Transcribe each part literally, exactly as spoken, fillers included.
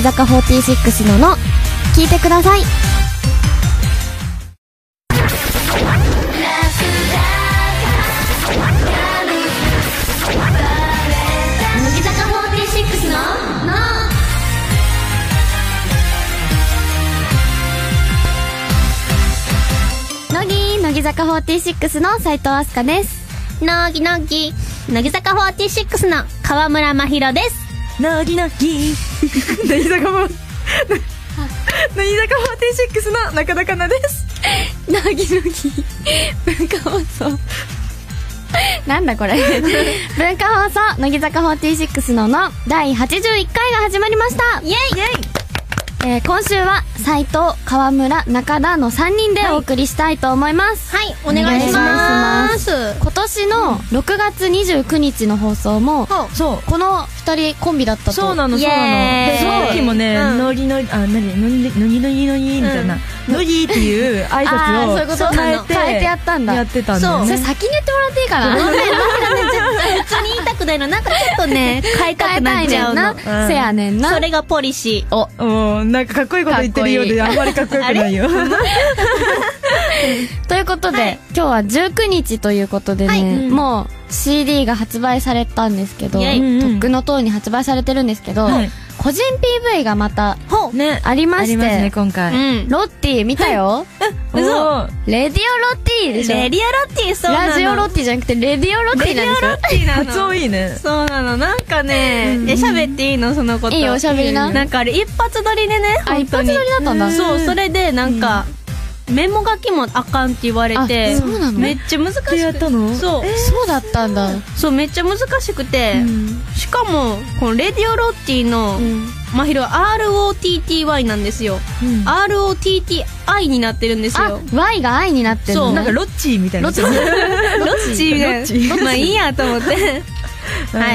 ぎ坂フォーティーシックスのの聞いてください。乃木坂フォーティーシックスのの乃木乃木坂フォーティーシックスの斉藤飛鳥です。 乃木乃木乃木坂フォーティーシックスの川村真宏です。 乃木乃木乃木坂フォー乃木坂フォーティーシックスの中田香菜です。 乃木乃木文化放送なんだこれ文化放送乃木坂フォーティーシックスののだいはちじゅういっかいが始まりました。イエイイエイ、えー、今週は斉藤、川村、中田のさんにんでお送りしたいと思います。 はい、お願いします。 今年のろくがつにじゅうくにちの放送も、 うん、そうこのふたりコンビだったと。 そうなのそうなの。でその時もね、のりのりあなにのりのりのりのりみたいな、のりっていう挨拶を変えて変えてやったんだ。 やってたんだよね。 それ先に言ってもらっていいかな。 普通に言いたくないの、なんかちょっとね変えたくなっちゃうの。 せやねんな。 それがポリシー。 おうん、なんかかっこいいこと言ってるようであんまりかっこよくないよ。 ということで、今日はじゅうくにちということでね、もう シーディー が発売されたんですけど、とっくの塔に発売されてるんですけど、個人 ピーブイ がまたありまして、 今回ロッティ見たよ。 嘘。 レディオロッティでしょ。 レディオロッティ、そうなの。 ラジオロッティじゃなくてレディオロッティなんですよ。 レディオロッティなの。 発音いいね。 そうなの。なんかね、え、喋っていいのそのこと。 いいよ、喋りな。 なんかあれ一発撮りでね、 あ、一発撮りだったんだ。 そう、それでなんかメモ書きもあかんって言われて、 そうなの。 めっちゃ難しくて。 やったの？ そう。 そうだったんだ。 そう、めっちゃ難しくて、しかもこのレディオロッティの真宙は アールオーティーティーワイ なんですよ。アールオーティーティーアイ になってるんですよ。 あ、Y が I になってるの。 そう、なんかロッチーみたいな。 ロッチーロッチーみたいな。まあいいやと思って。はい。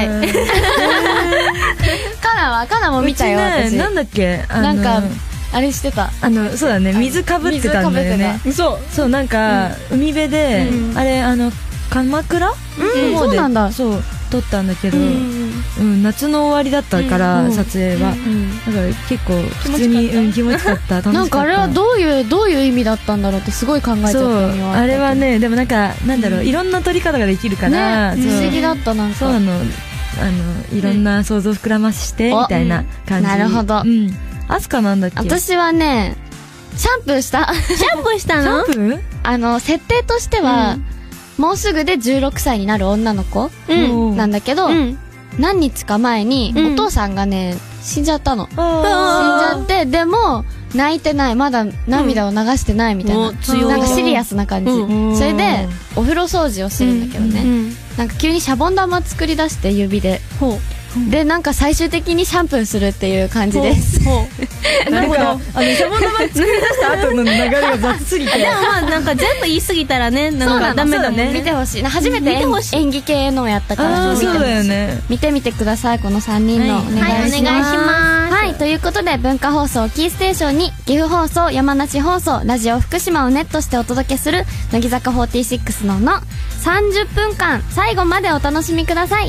カナはカナも見たよ私。 なんだっけ、 なんかあれしてた。 あのそうだね、水かぶってたんだよね。 そうそう、なんか海辺であれあの鎌倉の方でそう撮ったんだけど、うん夏の終わりだったから撮影は、だから結構普通に気持ちよかった。楽しかった。 なんかあれはどういうどういう意味だったんだろうってすごい考えちゃった。 そうあれはね、でもなんかなんだろう、いろんな撮り方ができるから不思議だった。なんかそうなの、あのいろんな想像膨らましてみたいな感じ。 なるほど。 アスカなんだっけ。 私はねシャンプーした。 シャンプーしたの？ シャンプー？ あの設定としてはもうすぐでじゅうろくさいになる女の子なんだけど、何日か前にお父さんがね死んじゃったの。死んじゃって、でも泣いてない、まだ涙を流してないみたいな、なんかシリアスな感じ。それでお風呂掃除をするんだけどね、なんか急にシャボン玉作り出して指で、でなんか最終的にシャンプーするっていう感じです。 なるほど。あのシャボン玉作り出した後の流れが雑すぎて。 でもまあなんか全部言い過ぎたらね、なんかダメだね。 見てほしい。初めて演技系のやったからそうだよね。 見てみてください、このさんにんの。お願いします。はい、ということで文化放送キーステーションに岐阜放送、山梨放送、ラジオ福島をネットしてお届けする乃木坂フォーティーシックスののさんじゅっぷんかん、最後までお楽しみください。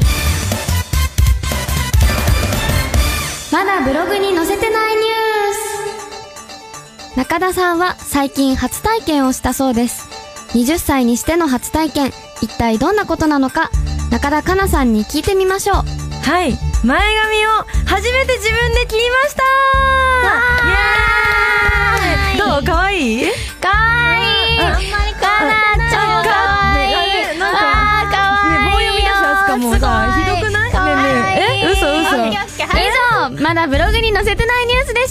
まだブログに載せてないニュース。中田さんは最近初体験をしたそうです。はたちにしての初体験、一体どんなことなのか、中田香菜さんに聞いてみましょう。 はい、前髪を初めて自分で切りました。イエーイ。どう？かわいい？ かわいい。あんまりかな、超かわいい。 なんかかわいい。棒読みだし、あすかもさ、ひどくない？ねえねえ、え、嘘嘘。 以上、まだブログに載せてないニュースでした。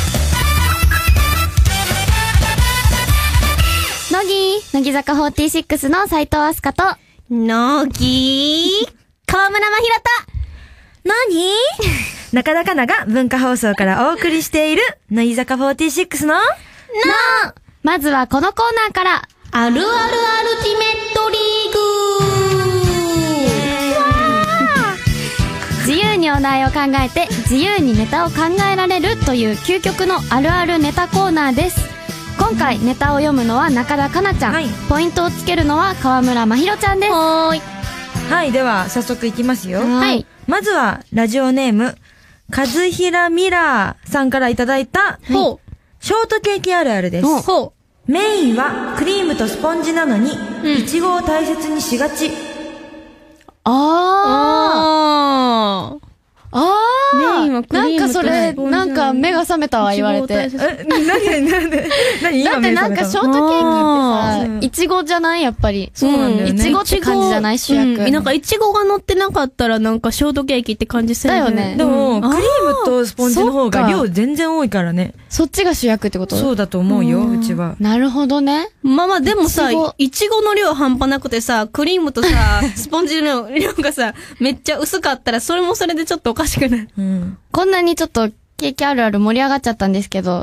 乃木乃木坂フォーティーシックスの斉藤飛鳥と乃木川村真宏と何中田香菜が文化放送からお送りしている乃木坂フォーティーシックスののまずはこのコーナーから、 あるあるアルティメットリーグ。 自由にお題を考えて自由にネタを考えられるという究極のあるあるネタコーナーです。今回ネタを読むのは中田香菜ちゃん、はい、ポイントをつけるのは川村真宏ちゃんです。 はーい。はい、では早速いきますよ。 はい。 まずはラジオネーム和平ミラーさんからいただいた、 ほう。 ショートケーキあるあるです。 ほう。 メインはクリームとスポンジなのに、いちごを大切にしがち。 あー。あー。 メインはクリームとなんかそれ、なんか目が覚めたわ、言われて。 え、何なんで何だってなんかショートケーキってさ、いちごじゃないやっぱり。 そうなんだよね。 いちごって感じじゃない主役。 なんかいちごが乗ってなかったらなんかショートケーキって感じする。 だよね。 でも、クリームとスポンジの方が量全然多いからね。 そっちが主役ってこと？ そうだと思うよ、うちは。 なるほどね。 まあまあでもさ、いちごの量半端なくてさ、クリームとさ、スポンジの量がさ、めっちゃ薄かったら、それもそれでちょっとおかしくない？ うん。 こんなにちょっとケーキあるある盛り上がっちゃったんですけど、 うん。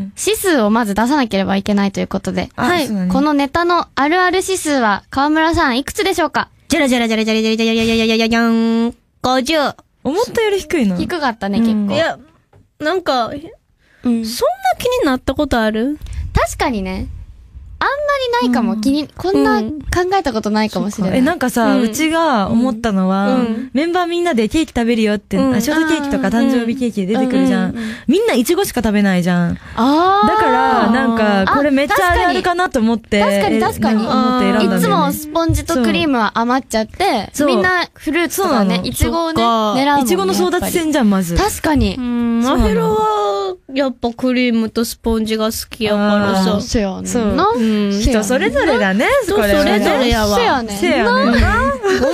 指数をまず出さなければいけないということで。 はい。 このネタのあるある指数は、川村さんいくつでしょうか？ じゃらじゃらじゃらじゃらじゃらじゃらじゃらじゃらじゃらじゃん。ごじゅう。 思ったより低いの？ 低かったね、結構。 いや、なんか、そんな気になったことある？ 確かにね。あんまりないかも。気に、こんな考えたことないかもしれない。 え、なんかさ、うちが思ったのは、メンバーみんなでケーキ食べるよって、ショートケーキとか誕生日ケーキで出てくるじゃん。みんなイチゴしか食べないじゃん。 ああ。 だから、なんか、これめっちゃあるあるかなと思って。 確かに確かに。 思って選んだんだよね。 いつもスポンジとクリームは余っちゃって、みんなフルーツとかね、イチゴをね、狙うもんね。 イチゴの争奪戦じゃん、まず。 確かに。 マヘロは、やっぱクリームとスポンジが好きやからさ。 そうやね。 そう。 人それぞれだね、 それぞれやわ。 せやね。 せやね。 ごめん。いい ?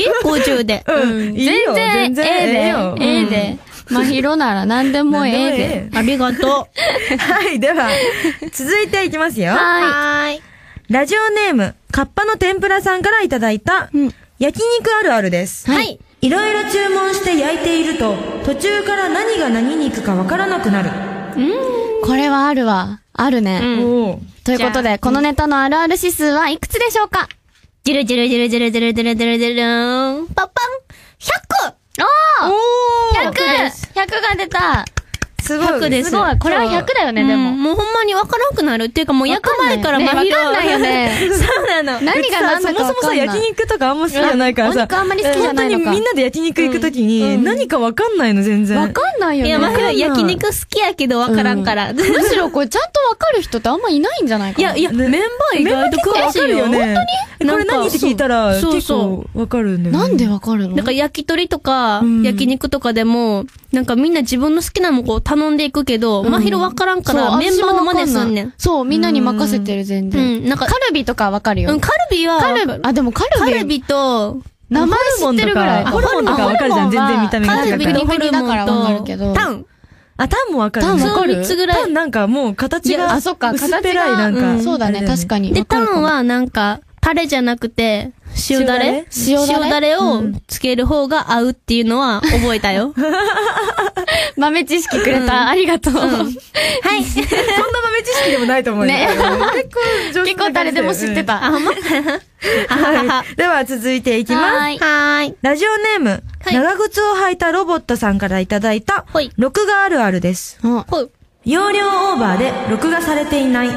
ごじゅう で。 うん。 全然、ええで。ええで。まひろなら何でもええで。 ありがとう。 はい、では、続いていきますよ。 はい。 ラジオネーム、カッパの天ぷらさんからいただいた、焼肉あるあるです。 はい。 いろいろ注文して焼いていると、途中から何が何肉かわからなくなる。 うん。これはあるわ。あるね。ということで、このネタのあるある指数はいくつでしょうか？ ジルジルジルジルジルジルジルジルーン。パッパン !ひゃく! おー !ひゃく! ひゃくが出た。 すごい。 ひゃくです。 すごい。これはひゃくだよね、でも。 もうほんまにわからんくなるっていうかもう焼く前からわかんないよね。 そうなの。 何が何だか分かんない。 そもそもさ、焼肉とかあんま好きじゃないからさ。 お肉あんまり好きじゃないのか。 本当にみんなで焼肉行くときに、何かわかんないの、全然。 わかんないよね。 いや、まあ、焼肉好きやけどわからんから。 むしろこれちゃんとわかる人ってあんまいないんじゃないかな。 いや、いや、メンバー意外と詳しいよ。 本当にこれ何って聞いたら、結構わかるんだよね。 なんでわかるの？ なんか焼き鳥とか、焼肉とかでも、なんかみんな自分の好きなものを頼んでいくけど、まひろわからんから、メンバーの真似すんねん。 そう、みんなに任せてる、全然。うん、なんか、カルビとかわかるよ。 うん、カルビは、 カルビ、あ、でもカルビ。 カルビと、 名前知ってるぐらい。 ホルモンとかわかるじゃん、全然見た目が。 カルビとホルモンと、タン。 あ、タンもわかる。 タンわかる。 タンなんかもう形が、 あ、そっか、 薄っぺらいなんか。 そうだね、確かに。 で、タンはなんか、タレじゃなくて、塩だれ塩だれをつける方が合うっていうのは覚えたよ。 豆知識くれた。ありがとう。はい。 そんな豆知識でもないと思うよ。 ね。結構誰でも知ってた。 あ、ほんまでは続いていきます。 はい。はい。 ラジオネーム、長靴を履いたロボットさんからいただいた、録画あるあるです。容量オーバーで録画されていない。うん。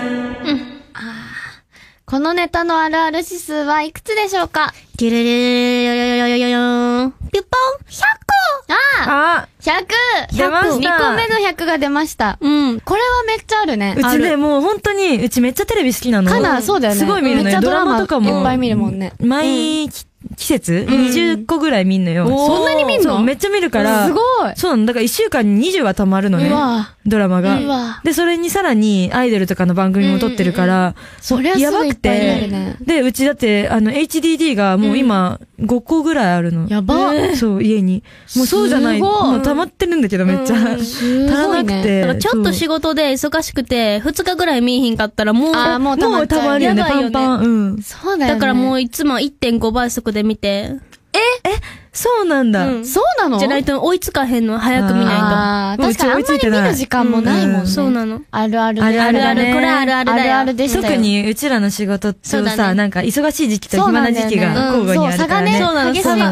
このネタのあるある指数はいくつでしょうか？ ギュルルルルルルルルルルピュッポン ひゃく! ああ !ひゃく! 出ました。 にこめのひゃくが出ました。 うん。 これはめっちゃあるね。 うちね、もう本当に、うちめっちゃテレビ好きなの。 かな、そうだよね。 すごい見るのよ。 めっちゃドラマとかもいっぱい見るもんね。 毎季節、うん、にじゅっこぐらい見んのよ。 そんなに見んの？ そう、めっちゃ見るから。 すごい。 そうなの。だからいっしゅうかんににじゅうは溜まるのね。ドラマが。 うわで、それにさらにアイドルとかの番組も撮ってるから、うんうんうん、 そりゃすごいいっぱいになるね。 で、うちだって、あの、エイチディーディー がもう今、ごこぐらいあるの。 やば。 そう、家に。もうそうじゃない。もう溜まってるんだけど、めっちゃ。足らなくて。 だからちょっと仕事で忙しくて、ふつかぐらい見えひんかったらもう、 あ、もう溜まっちゃう。 もう溜まるよね、パンパン。うん。 そうだよね。 だからもういつも いってんご 倍速で見て。 ええそうなんだ。 そうなの？ じゃないと追いつかへんの、早く見ないと。 ああ、確かにあんまり見る時間もないもんね。 そうなの。 あるある。 あるある。 あるある。これあるあるだよ。 あるあるでしたよ。 特にうちらの仕事とさ、なんか忙しい時期と暇な時期が交互にあるからね。 そうなの、激しいから。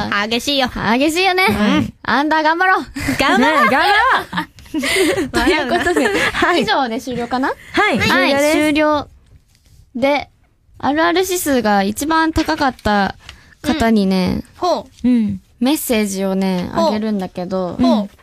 激しいよ。 激しいよね。あんた頑張ろう。 頑張ろう。 頑張ろうということで、以上で終了かな？ はい。 はい、終了。で、あるある指数が一番高かった方にね、 ほう。 うん。メッセージをね、あげるんだけど、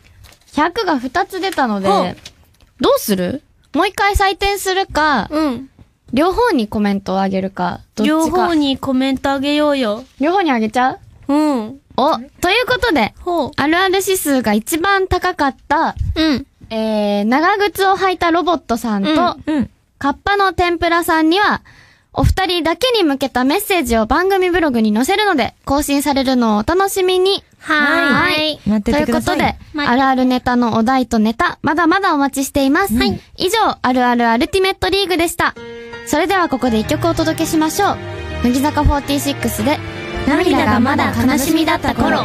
ひゃくがふたつ出たので、どうする？もう一回採点するか、うん。両方にコメントをあげるか、どっちか。 両方にコメントあげようよ。 両方にあげちゃう？うん。 お、ということで、あるある指数が一番高かった、うん。えー、長靴を履いたロボットさんと、うん。カッパの天ぷらさんには、お二人だけに向けたメッセージを番組ブログに載せるので、更新されるのをお楽しみに。 はい。 待っててください。ということで、あるあるネタのお題とネタ、まだまだお待ちしています。はい。以上、あるあるアルティメットリーグでした。それではここで一曲お届けしましょう。乃木坂フォーティーシックスで、涙がまだ悲しみだった頃。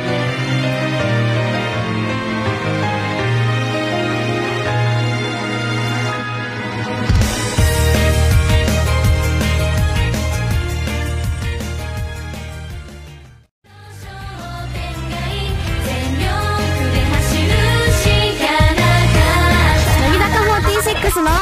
のの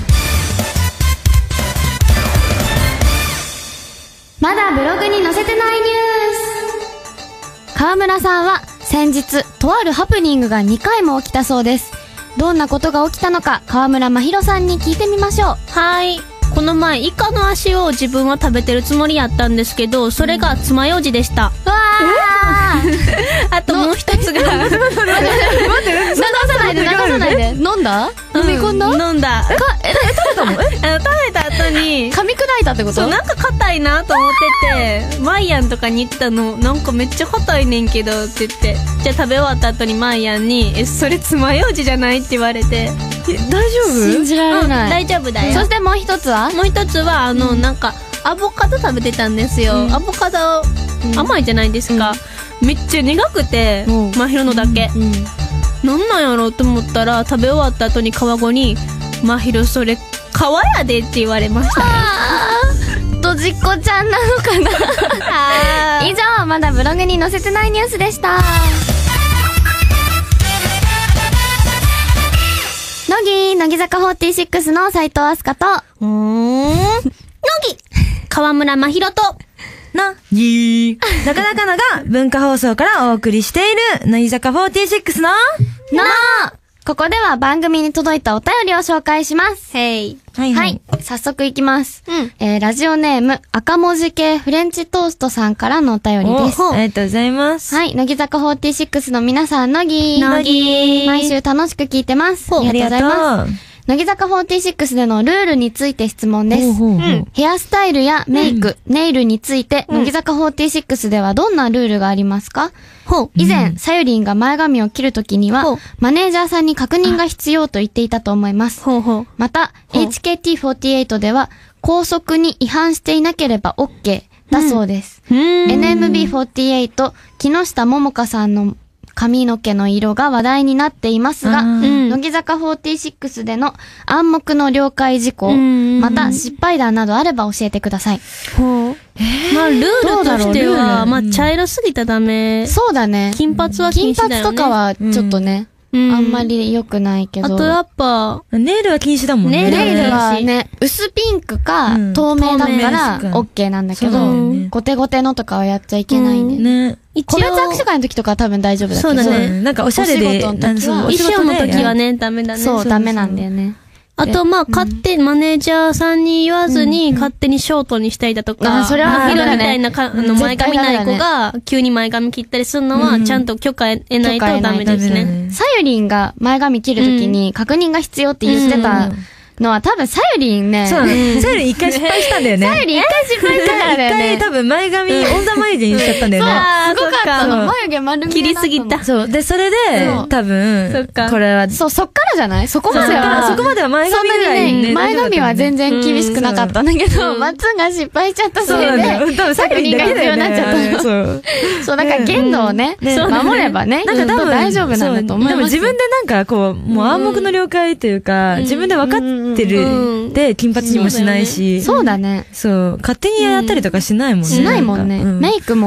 まだブログに載せてないニュース。川村さんは先日とあるハプニングがにかいも起きたそうです。どんなことが起きたのか川村真宏さんに聞いてみましょう。 はい、この前イカの足を自分は食べてるつもりやったんですけど、それが爪楊枝でした。わーあともう一つが待って待って流さないで流さないで飲んだ飲み込んだ飲んだ。 え、食べたの？ あの食べた後に噛み砕いたってこと？ そう、なんか硬いなと思ってて、マイヤンとかに言ってたの、なんかめっちゃ硬いねんけどって言って、じゃあ食べ終わった後にマイヤンに、え、それ爪楊枝じゃないって言われて、 大丈夫？ 信じられない。 大丈夫だよ。 そしてもう一つは？ もう一つはあの、なんかアボカド食べてたんですよ。アボカド甘いじゃないですか。めっちゃ苦くて、真宙のだけ。なんなんやろうと思ったら、食べ終わった後に川子に、真宙それ皮やでって言われました。 ドジっ子ちゃんなのかな。以上、まだブログに載せてないニュースでした。乃木、乃木坂フォーティーシックスの斉藤飛鳥と、うーん、乃木、 川村真宏と、 なぎー。なかなかのが文化放送からお送りしている、乃木坂フォーティーシックスの、のここでは番組に届いたお便りを紹介します。 へい。 はいはい。はい、早速いきます。うん。えー、ラジオネーム、赤文字系フレンチトーストさんからのお便りです。 ありがとうございます。 はい。乃木坂フォーティーシックスの皆さん、乃木。 乃木。 毎週楽しく聞いてます。ありがとうございます。乃木坂フォーティーシックスでのルールについて質問です。ほうほうほう。うん、ヘアスタイルやメイク、うん、ネイルについて、乃木坂フォーティーシックスではどんなルールがありますか？ほう。以前、さゆりんが前髪を切るときには、マネージャーさんに確認が必要と言っていたと思います。ほうほう。また、エイチケーティーフォーティーエイト では、校則に違反していなければ OK だそうです。うん、エヌエムビーフォーティーエイト、木下桃香さんの髪の毛の色が話題になっていますが、乃木坂フォーティーシックスでの暗黙の了解事項、また失敗談などあれば教えてください。ほう。 えー、まあ、ルールとしては、まあ、茶色すぎたらダメ。 そうだね。 金髪は禁止だよね。 金髪とかはちょっとね、うん、あんまり良くないけど。 あとやっぱ、 ネイルは禁止だもんね。 ネイルはね、薄ピンクか、透明だったら OK なんだけど、ゴテゴテのとかはやっちゃいけないんで。ね。個別握手会の時とかは多分大丈夫だけど。 そうだね。 なんかおしゃれで、 お仕事の時は、 衣装の時はね、ダメだね。 そう、ダメなんだよね。 あと、まあ、勝手に、マネージャーさんに言わずに、勝手にショートにしたりだとか、 あ、それはヒロみたいなか、あの、前髪ない子が、急に前髪切ったりするのは、ちゃんと許可得ないとダメですね。 さゆりんが前髪切るときに、確認が必要って言ってたのは、多分さゆりんね。 そうだね。さゆりん一回失敗したんだよね。 さゆりん一回失敗したからだよね。 一回多分前髪、オンザ眉毛にしちゃったんだよね。 そう、すごかったの。眉毛丸見え切りすぎた。 そう。で、それで、多分、これは。 そう、そっからじゃないそこまでは。 そこまでは前髪ぐらいね。 前髪は全然厳しくなかったんだけど、マッツンが失敗しちゃったせいで、 多分さゆりんが必要になっちゃったの。そう。そう、なんか限度をね、守ればね、なんか多分大丈夫なんだと思います。 でも自分でなんかこう、もう暗黙の了解というか、自分で分かってる。で、金髪にもしないし。 そうだね。 そう。勝手にやったりとかしないもんね。 しないもんね。メイクも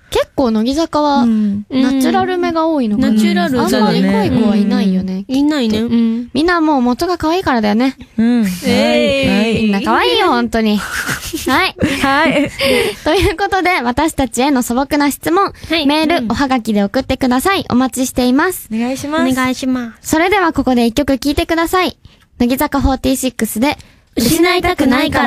結構乃木坂は、ナチュラルめが多いのかな。 ナチュラルあんまり濃い子はいないよね。 いないね。 みんなもう元が可愛いからだよね。 うん。 えー、みんな可愛いよ、本当に。はい。 はい。 ということで、私たちへの素朴な質問、メール、おはがきで送ってください。お待ちしています。 お願いします。 お願いします。 それではここで一曲聴いてください。乃木坂フォーティーシックスで、失いたくないから。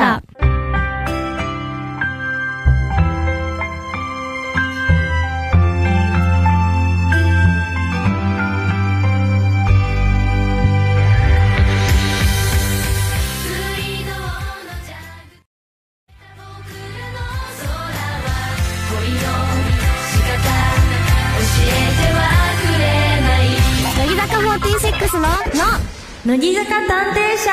乃木坂フォーティーシックスの、の、 乃木坂探偵社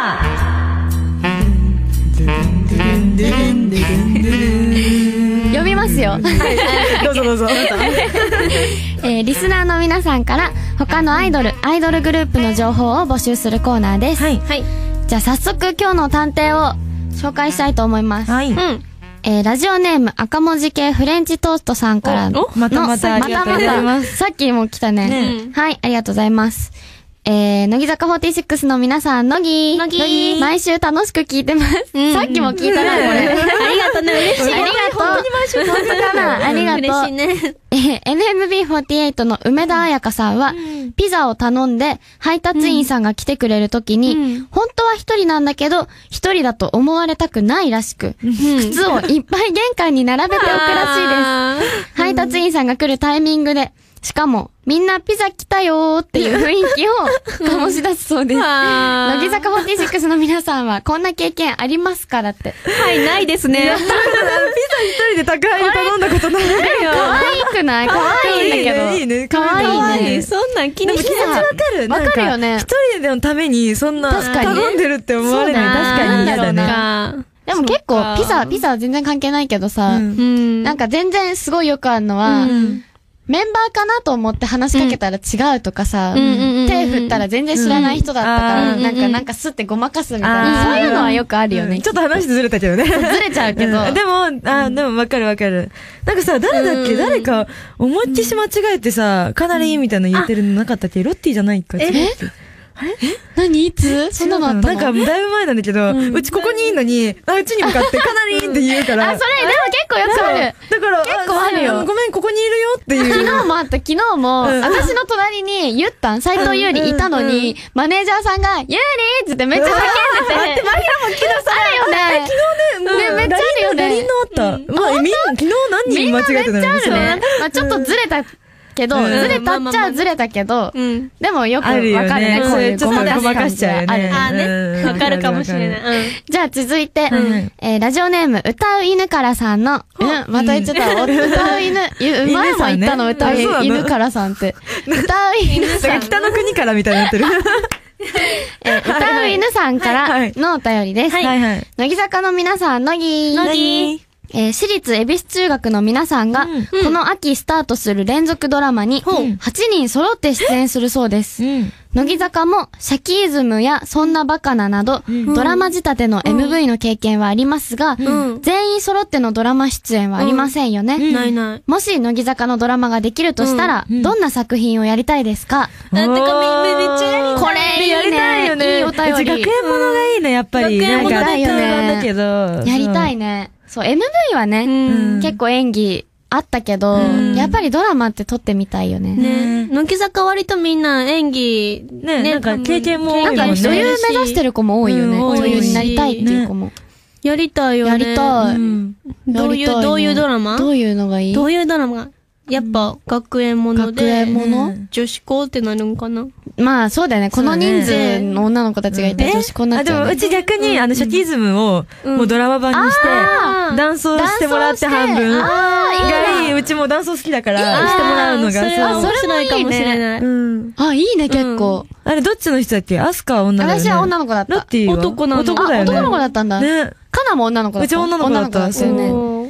読みますよ。 どうぞどうぞ。 えー、リスナーの皆さんから他のアイドル、アイドルグループの情報を募集するコーナーです。 はい。はい。 じゃあ早速今日の探偵を紹介したいと思います。 はい。 うん。えー、ラジオネーム赤文字系フレンチトーストさんからの、 またまたありがとうございます。 さっきも来たね。ねはい、ありがとうございます。えー、乃木坂フォーティーシックスの皆さん、乃木乃木毎週楽しく聞いてます。うん、さっきも聞いたな、これ。 ありがとうね、嬉しい。 ありがとう。 本当に毎週本当かな、ありがとう。 嬉しいね。 えー、エヌエムビーフォーティーエイト の梅田彩香さんは、うん、ピザを頼んで、配達員さんが来てくれるときに、うん、本当は一人なんだけど、一人だと思われたくないらしく、うん、靴をいっぱい玄関に並べておくらしいです。配達員さんが来るタイミングで、しかも、みんなピザ来たよーっていう雰囲気を醸し出すそうです。乃木坂フォーティーシックスの皆さんはこんな経験ありますかだって。 はい、ないですね。 ピザ一人で宅配に頼んだことないよ。 可愛くない可愛いんだけど。 いいね。 可愛いね。 そんなん気に気持ちわかる。 わかるよね。 一人でのためにそんな頼んでるって思われない。確かに嫌だね。 でも結構ピザ、ピザは全然関係ないけどさ、なんか全然すごいよくあるのは、メンバーかなと思って話しかけたら違うとかさ、手振ったら全然知らない人だったから、なんか、なんかスってごまかすみたいな、そういうのはよくあるよね。 ちょっと話ずれたけどね。ずれちゃうけど。 でも、あ、でもわかるわかる。なんかさ、誰だっけ誰か思いっきし間違えてさ、かなりいいみたいなの言ってるのなかったっけロッティじゃないか。 えあれ何いつそんなのあったのなんか、だいぶ前なんだけど、うちここにいいのに、あ、うちに向かってかなりいいって言うから。 あ、それ、でも結構よくある。 だから、 結構あるよ。 ごめん、ここにいるよっていう。 昨日もあった、昨日も、私の隣に、ゆったん、斎藤優里いたのに、マネージャーさんが、優里ってってめっちゃ叫んでて。 待って、マヒラも昨日さ、 あるよね。 昨日ね、 めっちゃあるよね。 ラリンのあった。まあ、みんな、昨日何人間違えてたのめっちゃあるね。まあちょっとずれた。けど、ずれたっちゃずれたけど、でもよくわかるね。こういうごまかしちゃうあるね。わかるかもしれない。 じゃあ続いて、ラジオネーム、歌う犬からさんの、うん、また言っちゃった。歌う犬、前も言ったの、歌う犬からさんって。歌う犬さん。 北の国からみたいになってる。 歌う犬さんからのお便りです。乃木坂の皆さん、乃木。 乃木。 えー、私立恵比寿中学の皆さんが、うん、この秋スタートする連続ドラマに、はちにん揃って出演するそうです。うん、乃木坂も、シャキイズムやそんなバカななど、うん、ドラマ仕立ての エムブイ の経験はありますが、うん、全員揃ってのドラマ出演はありませんよね。 うん、ないない。 もし乃木坂のドラマができるとしたら、うん、どんな作品をやりたいですか？ だってかめめっちゃやりたい。 これいいね。やりたいよね。いいお便り。 学園ものがいいね、やっぱり。 学園ものだよね。 だけど。 やりたいね。そう、エムブイ はね、うん、結構演技あったけど、うん、やっぱりドラマって撮ってみたいよね。 ね。乃木坂割とみんな演技、 ね、なんか経験も多いもんね。 なんか女優目指してる子も多いよね。うん、女優になりたいっていう子も。 やりたいよね。 やりたい。うん、 どういう、どういうドラマ？ どういうのがいい？ どういうドラマ？やっぱ学園もので。 学園もの？ 女子校ってなるんかな？ まあそうだよね。この人数の女の子たちがいたら女子校になっちゃう、ね。 あ、でもうち逆に、あの、シャキイズムを、もうドラマ版にして、ダンスをしてもらって半分。ああ、いい。うちもダンス好きだから、してもらうのが、 それは面白いかもしれない。 あ、いいね、結構。 あれ、どっちの人だっけ？アスカは女の子。 私は女の子だった。 ロッティは男なの。 男だよね。 男の子だったんだ。ね。カナも女の子だった。 うち女の子だった。 ですよね。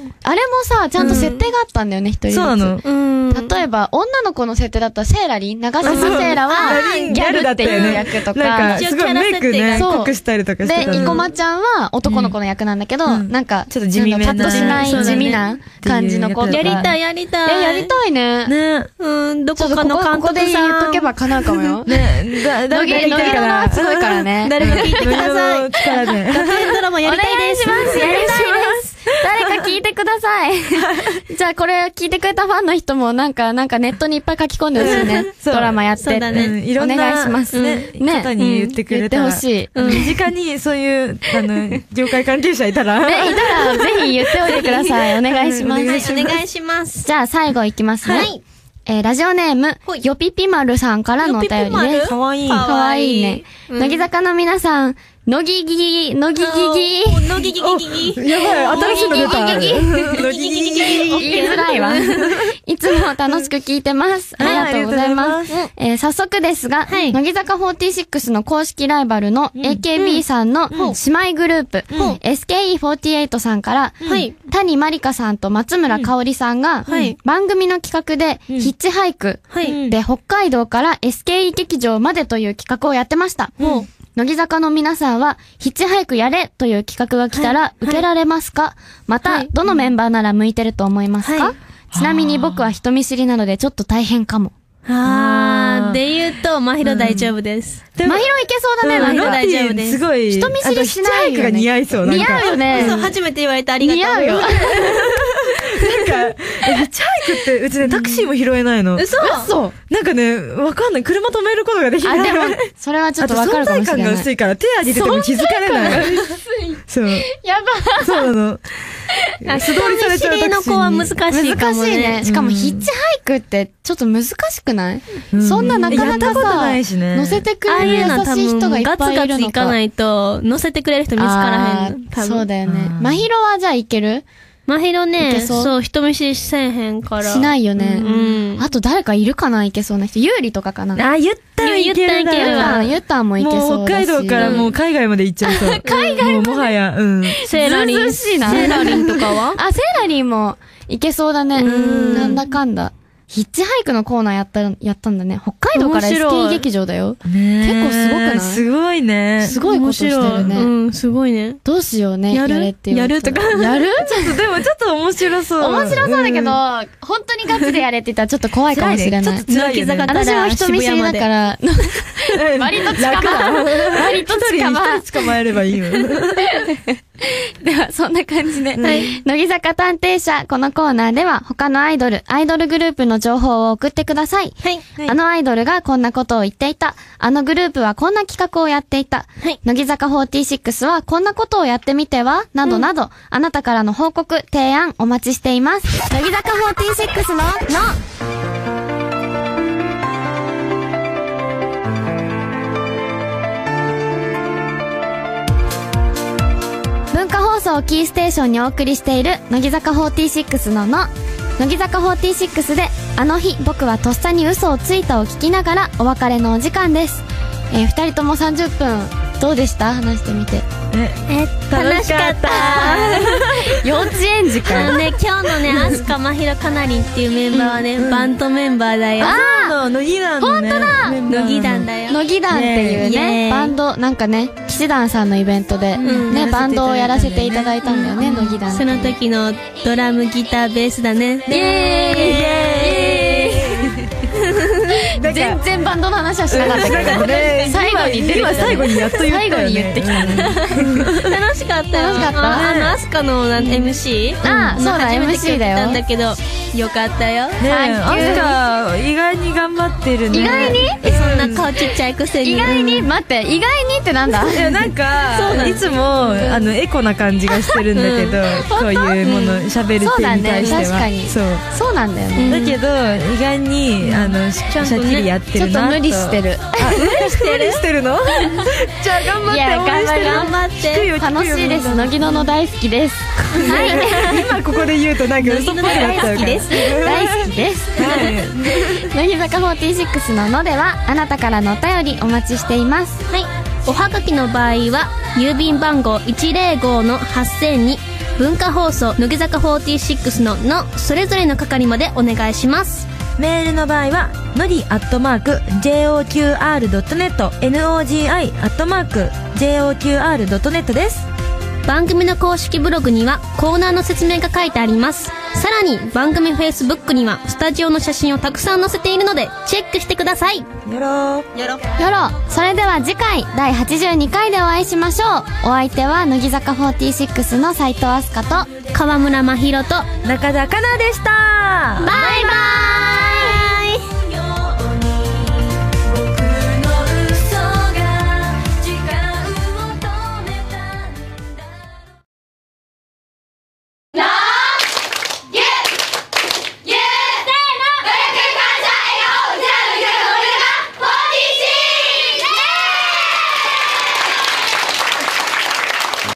あれもさ、ちゃんと設定があったんだよね、一人ずつ。 そうなの。 例えば、女の子の設定だったら、セーラリン、長澤セーラは、ギャルっていう役とか、 なんか、すごいメイクね、濃くしたりとかしてた。 で、生駒ちゃんは男の子の役なんだけど、なんか、 ちょっと地味めな。 パッとしない地味な感じの子とか。 やりたい、やりたい。 え、やりたいね。 ね。うん、どこかの監督さん。 ここで言っとけば叶うかもよ。 ね、だ、 だ、乃木のはすごいからね。 誰か聞いてください。 力で。 学園ドラマやりたいです。 お願いします。やりたいです。誰か聞いてください。じゃあこれ聞いてくれたファンの人もなんか、なんかネットにいっぱい書き込んでほしいね。ドラマやって。 そうだね。 いろんな。お願いします。ね。方に言ってくれたら。 言ってほしい。 身近にそういう、あの、業界関係者いたら。 ね、いたらぜひ言っておいてください。お願いします。 お願いします。 じゃあ最後いきますね。はい。えー、ラジオネーム、よぴぴまるさんからのお便りです。 かわいい。 かわいいね。乃木坂の皆さん、乃木ぎぎ、乃木ぎぎ。 乃木ぎぎぎぎ。 やばい、新しいの出た。 乃木ぎぎぎぎ。言いづらいわ。いつも楽しく聞いてます。ありがとうございます。えー、早速ですが、乃木坂フォーティーシックスの公式ライバルの エーケービー さんの姉妹グループ、エスケーイーフォーティーエイト さんから、谷まりかさんと松村香織さんが、番組の企画で、ヒッチハイクで北海道から エスケーイー 劇場までという企画をやってました。乃木坂の皆さんは、ヒッチハイクやれという企画が来たら受けられますか、また、どのメンバーなら向いてると思いますか、ちなみに僕は人見知りなのでちょっと大変かも。 あー、で言うと、まひろ大丈夫です。 まひろいけそうだね、 まひろ大丈夫です。 すごい。 人見知りしないよね。 ヒッチハイクが似合いそう。 似合うよね。 そう、初めて言われてありがとう。 似合うよ。 なんか、ヒッチハイクって、うちね、タクシーも拾えないの。 嘘嘘なんかね、わかんない。車止めることができない。 あ、でも、それはちょっとわかるかもしれない。 存在感が薄いから、手上げてても気づかれない。そう。 やばそうなの。 素通りされちゃうタクシーの子は難しいかもね。 難しいね。しかもヒッチハイクってちょっと難しくない、うん、そんななかなかさ、ね、乗せてくれる優しい人がいっぱいいるのか。 ガツガツいかないと、乗せてくれる人見つからへん。 そうだよね。まひろはじゃあいける？ まひろね、そう、人見知りせえへんから。 しないよね。 うん。 あと誰かいるかないけそうな人。ゆうりとかかな。 あ、ゆったんいける。 ゆったんいけるわ。ゆったんもいけそうだし。 もう北海道からもう海外まで行っちゃいそう。 海外もうもはや、うん。 セーラリン。 涼しいな。 セーラリンとかはあ、セーラリンもいけそうだね。うん。なんだかんだ。ヒッチハイクのコーナーやった、やったんだね。北海道から エスケーイー 劇場だよ。ね結構すごくない？ すごいね。 すごいことしてるね。 うん、すごいね。 どうしようね。 やるやれってやるとか。 やるちょっと、でもちょっと面白そう。 面白そうだけど、本当にガチでやれって言ったらちょっと怖いかもしれない。 ちょっと辛いよね。 私も人見知りだから、割と近場。割と近場。 一人捕まえればいいよ。 では、そんな感じで、乃木坂探偵社、このコーナーでは他のアイドル、アイドルグループの情報を送ってください。はい。あのアイドルがこんなことを言っていた。あのグループはこんな企画をやっていた。はい。乃木坂フォーティーシックスはこんなことをやってみてはなどなど、あなたからの報告、提案お待ちしています。乃木坂フォーティーシックスの、の、文化放送をキーステーションにお送りしている乃木坂フォーティーシックスのの乃木坂フォーティーシックスであの日僕はとっさに嘘をついたを聞きながらお別れのお時間です。えー、二人ともさんじゅっぷんどうでした？話してみて。 え、え、楽しかった。 幼稚園児か。 あのね、今日のね、アスカまひろかなりんっていうメンバーはね、うん、バンドメンバーだよ。 ああ、乃木団のね。 ほんとだ。 乃木団だよ。 乃木団っていうね、バンド、なんかね、騎士団さんのイベントで、ね、バンドをやらせていただいたんだよね、乃木団。 その時のドラム、ギター、ベースだね。イェーイイエーイ全然バンドの話はしなかったけどね。最後に出てきた。 今最後にやっと言ったよね。 最後に言ってきたね。 楽しかったよ。 楽しかった。 あの、アスカの エムシー? ああ、そうだ、エムシー だよ。 なんだけど、よかったよ。 ねえ、アスカ、意外に頑張ってるね。 意外にそんな顔ちっちゃいくせに。 意外に待って、意外にってなんだ？ いや、なんか、いつも、あの、エコな感じがしてるんだけど、こういうもの、喋るってに対しては。 確かに。そう。そうなんだよね。 だけど、意外に、あの、しゃっきりやってるなと。 ちょっと無理してる。 あ、無理してる無理してるの？じゃあ頑張って。いや、 頑張る。頑張って。楽しいです。乃木のの大好きです。 はい。今ここで言うとなんか嘘っぽくなっちゃうから。 大好きです。大好きです。乃木坂フォーティーシックスののでは、あなたからのお便りお待ちしています。 はい。おはがきの場合は、郵便番号 いちまるごのはっせんに、 文化放送乃木坂フォーティーシックスののそれぞれの係までお願いします。 メールの場合はのりアットマーク ジェイオーキューアールドットネット ノギアットマーク ジェイオーキューアールドットネットです。 番組の公式ブログにはコーナーの説明が書いてあります。さらに番組フェイスブックにはスタジオの写真をたくさん載せているのでチェックしてください。よろよろよろ。それでは次回だいはちじゅうにかいでお会いしましょう。お相手は乃木坂フォーティーシックスの斉藤飛鳥と川村真宏と中田香奈でした。 バイバーイ。